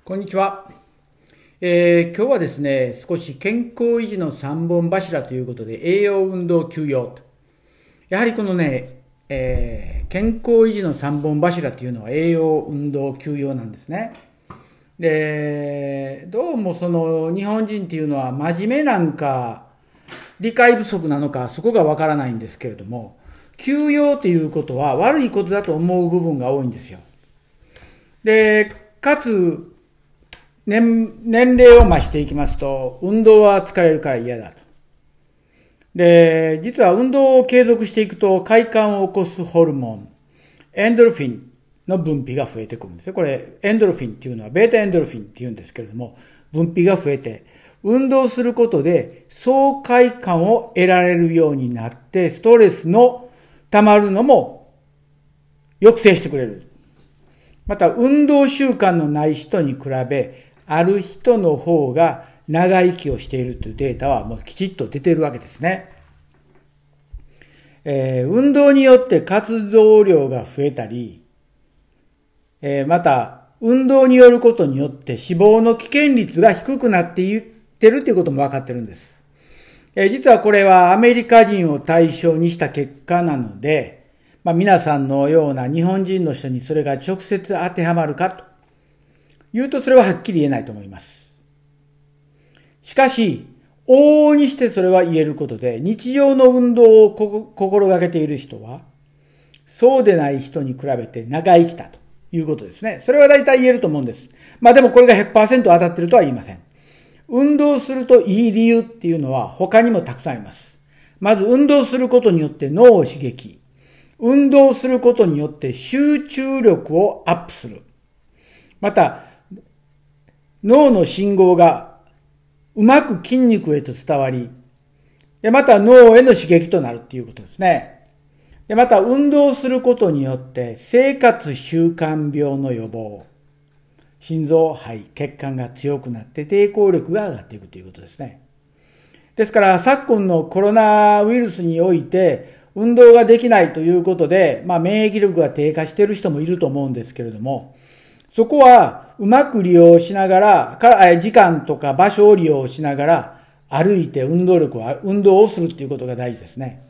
こんにちは。今日はですね、少し健康維持の3本柱ということで、栄養、運動、休養と。やはりこのね、健康維持の3本柱というのは栄養、運動、休養なんですね。で、どうもその日本人っていうのは真面目なんか、理解不足なのか、そこがわからないんですけれども、休養ということは悪いことだと思う部分が多いんですよ。で、かつ、年齢を増していきますと、運動は疲れるから嫌だと。で、実は運動を継続していくと、快感を起こすホルモン、エンドルフィンの分泌が増えてくるんですよ。これ、エンドルフィンっていうのは、ベータエンドルフィンっていうんですけれども、分泌が増えて、運動することで爽快感を得られるようになって、ストレスの溜まるのも抑制してくれる。また、運動習慣のない人に比べ、ある人の方が長生きをしているというデータはもうきちっと出ているわけですね。運動によって活動量が増えたり、また運動によることによって死亡の危険率が低くなっていってるということも分かってるんです。実はこれはアメリカ人を対象にした結果なので、皆さんのような日本人の人にそれが直接当てはまるかと言うとそれははっきり言えないと思います。しかし、往々にしてそれは言えることで、日常の運動を心がけている人は、そうでない人に比べて長生きたということですね。それは大体言えると思うんです。でもこれが 100% 当たってるとは言いません。運動するといい理由っていうのは他にもたくさんあります。まず運動することによって脳を刺激。運動することによって集中力をアップする。また、脳の信号がうまく筋肉へと伝わり、また脳への刺激となるっていうことですね。また運動することによって生活習慣病の予防、心臓、肺、血管が強くなって抵抗力が上がっていくということですね。ですから昨今のコロナウイルスにおいて運動ができないということで、免疫力が低下している人もいると思うんですけれども、そこはうまく利用しながら、時間とか場所を利用しながら歩いて運動をするということが大事ですね。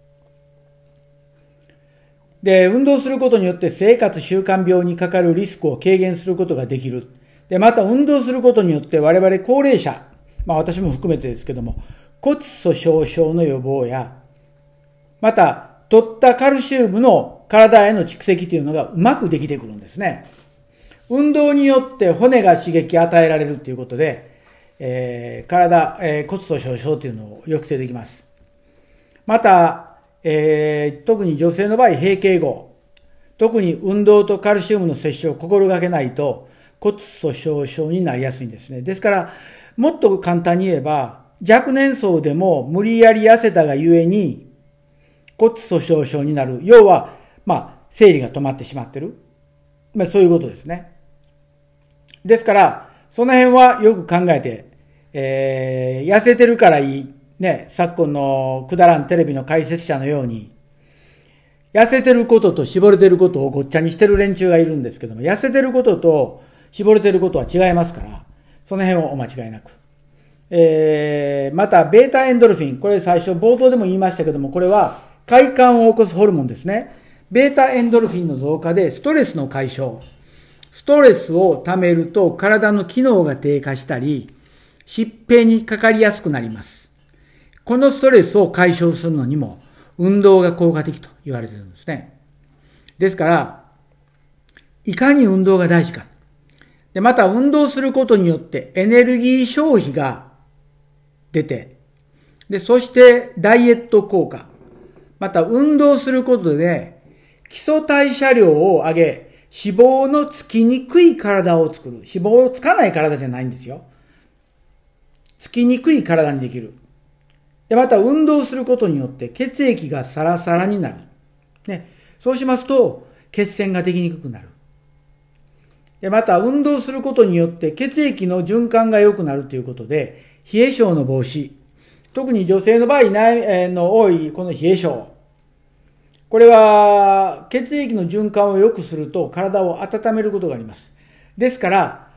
で、運動することによって生活習慣病にかかるリスクを軽減することができる。で、また運動することによって我々高齢者、私も含めてですけども、骨粗鬆症の予防や、また取ったカルシウムの体への蓄積というのがうまくできてくるんですね。運動によって骨が刺激与えられるということで、骨粗鬆症というのを抑制できます。また、特に女性の場合、閉経後、特に運動とカルシウムの摂取を心がけないと骨粗鬆症になりやすいんですね。ですから、もっと簡単に言えば、若年層でも無理やり痩せたがゆえに骨粗鬆症になる。要は、生理が止まってしまっている。そういうことですね。ですから、その辺はよく考えて、痩せてるからいい。ね、昨今のくだらんテレビの解説者のように、痩せてることと絞れてることをごっちゃにしてる連中がいるんですけども、痩せてることと絞れてることは違いますから、その辺をお間違いなく。また、ベータエンドルフィン。これ最初冒頭でも言いましたけども、これは快感を起こすホルモンですね。ベータエンドルフィンの増加でストレスの解消。ストレスを溜めると体の機能が低下したり、疾病にかかりやすくなります。このストレスを解消するのにも運動が効果的と言われているんですね。ですから、いかに運動が大事か。で、また運動することによってエネルギー消費が出て、で、そしてダイエット効果。また運動することで基礎代謝量を上げ、脂肪のつきにくい体を作る。脂肪をつかない体じゃないんですよ。つきにくい体にできる。で、また運動することによって血液がサラサラになる。ね。そうしますと血栓ができにくくなる。で、また運動することによって血液の循環が良くなるということで、冷え症の防止。特に女性の場合の多いこの冷え症。これは血液の循環を良くすると体を温めることがあります。ですから、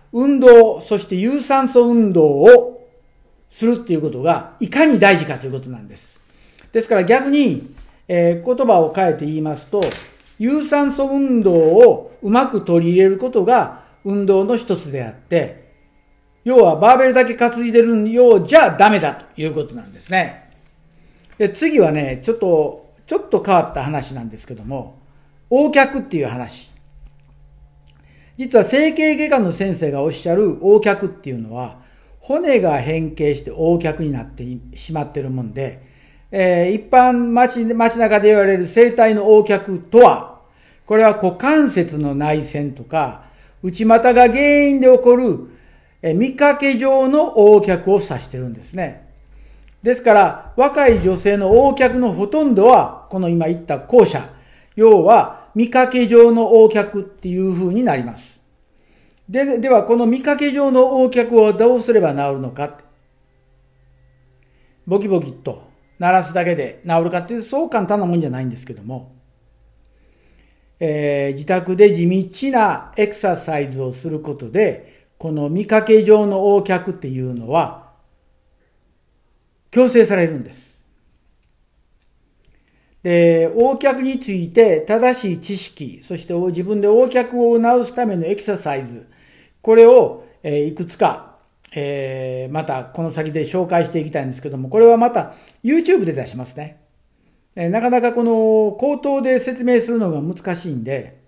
運動、そして有酸素運動をするっていうことがいかに大事かということなんです。ですから逆に、言葉を変えて言いますと、有酸素運動をうまく取り入れることが運動の一つであって、要はバーベルだけ担いでるようじゃダメだということなんですね。で、次はね、ちょっと変わった話なんですけども、横脚っていう話。実は整形外科の先生がおっしゃる横脚っていうのは、骨が変形して横脚になってしまっているもんで、一般街中で言われる整体の横脚とは、これは股関節の内旋とか、内股が原因で起こる見かけ上の横脚を指してるんですね。ですから、若い女性の横脚のほとんどは、この今言った後者、要は見かけ上の横脚っていう風になります。では、この見かけ上の横脚をどうすれば治るのか。ボキボキっと鳴らすだけで治るかっていう、そう簡単なもんじゃないんですけども、自宅で地道なエクササイズをすることで、この見かけ上の横脚っていうのは、矯正されるんです。で、横脚について正しい知識、そして自分で横脚を治すためのエクササイズ、これをいくつか、またこの先で紹介していきたいんですけども、これはまた YouTube で出しますね。なかなかこの口頭で説明するのが難しいんで、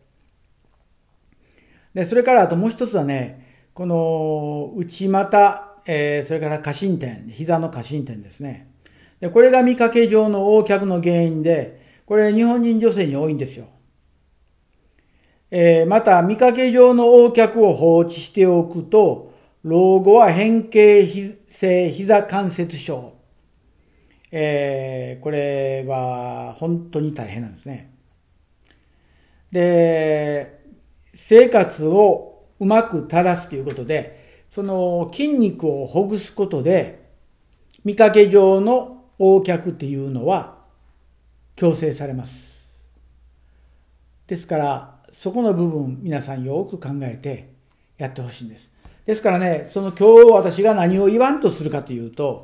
それからあともう一つはね、この内股、それから下伸点、膝の下伸点ですね。で、これが見かけ上の横脚の原因で、これ日本人女性に多いんですよ。また見かけ上の横脚を放置しておくと、老後は変形性膝関節症。これは本当に大変なんですね。で、生活をうまく正すということで、その筋肉をほぐすことで、見かけ上の横脚っていうのは矯正されます。ですから、そこの部分皆さんよく考えてやってほしいんです。ですからね、その今日私が何を言わんとするかというと、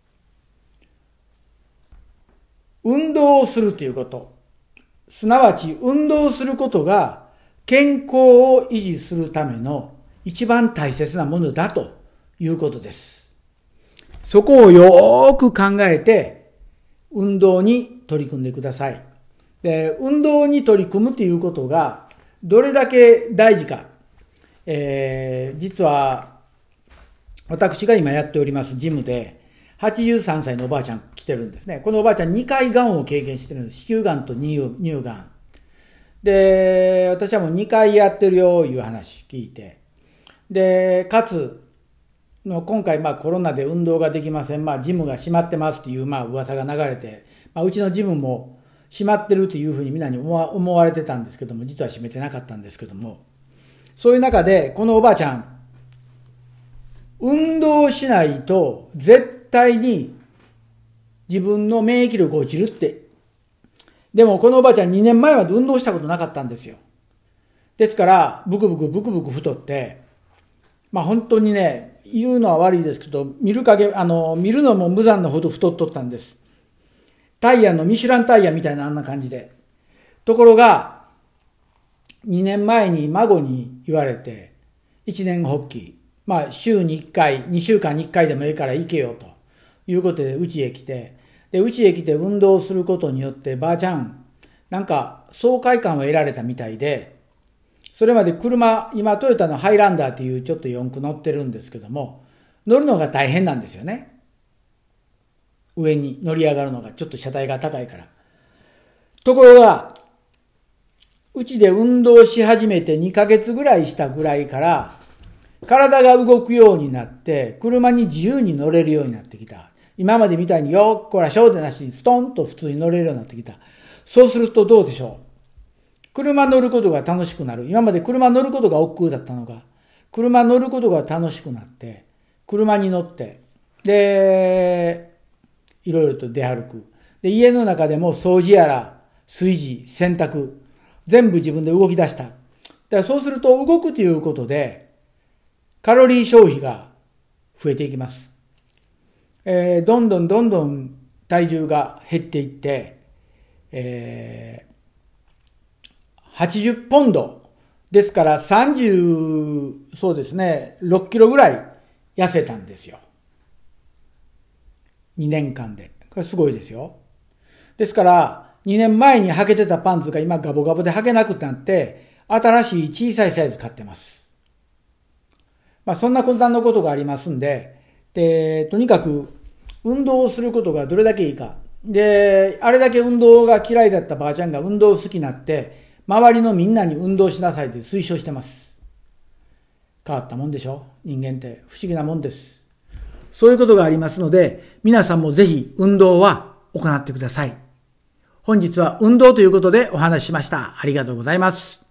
運動をするということ、すなわち運動することが健康を維持するための一番大切なものだということです。そこをよーく考えて運動に取り組んでください。で、運動に取り組むということがどれだけ大事か、実は私が今やっておりますジムで83歳のおばあちゃん来てるんですね。このおばあちゃん2回がんを経験してるんです。子宮がんと乳がん。で、私はもう2回やってるよいう話聞いて。で、かつ、今回コロナで運動ができません。ジムが閉まってますっていう噂が流れて、うちのジムも閉まってるというふうにみんなに思われてたんですけども、実は閉めてなかったんですけども、そういう中で、このおばあちゃん、運動しないと絶対に自分の免疫力落ちるって。でもこのおばあちゃん2年前まで運動したことなかったんですよ。ですから、ブクブク太って、本当にね、言うのは悪いですけど、見るのも無残なほど太っとったんです。ミシュランタイヤみたいなあんな感じで。ところが、2年前に孫に言われて、一年発起。週に1回、2週間に1回でもいいから行けよということで、うちへ来て、運動することによって、ばあちゃん、なんか爽快感を得られたみたいで、それまで今トヨタのハイランダーっていうちょっと四駆乗ってるんですけども、乗るのが大変なんですよね。上に乗り上がるのがちょっと車体が高いから。ところが、うちで運動し始めて2ヶ月ぐらいしたぐらいから、体が動くようになって、車に自由に乗れるようになってきた。今までみたいによっこらしょうでなしにストンと普通に乗れるようになってきた。そうするとどうでしょう。車乗ることが楽しくなる。今まで車乗ることが億劫だったのが、車乗ることが楽しくなって、車に乗って、で、いろいろと出歩く。で、家の中でも掃除やら、炊事、洗濯、全部自分で動き出した。だからそうすると動くということで、 カロリー消費が増えていきます。どんどん体重が減っていって、80ポンドですからそうですね、6キロぐらい痩せたんですよ。2年間で。これすごいですよ。ですから、2年前に履けてたパンツが今ガボガボで履けなくなって、新しい小さいサイズ買ってます。そんな簡単なことがありますんで、とにかく運動をすることがどれだけいいか。で、あれだけ運動が嫌いだったばあちゃんが運動好きになって、周りのみんなに運動しなさいって推奨してます。変わったもんでしょ？人間って不思議なもんです。そういうことがありますので、皆さんもぜひ運動は行ってください。本日は運動ということでお話ししました。ありがとうございます。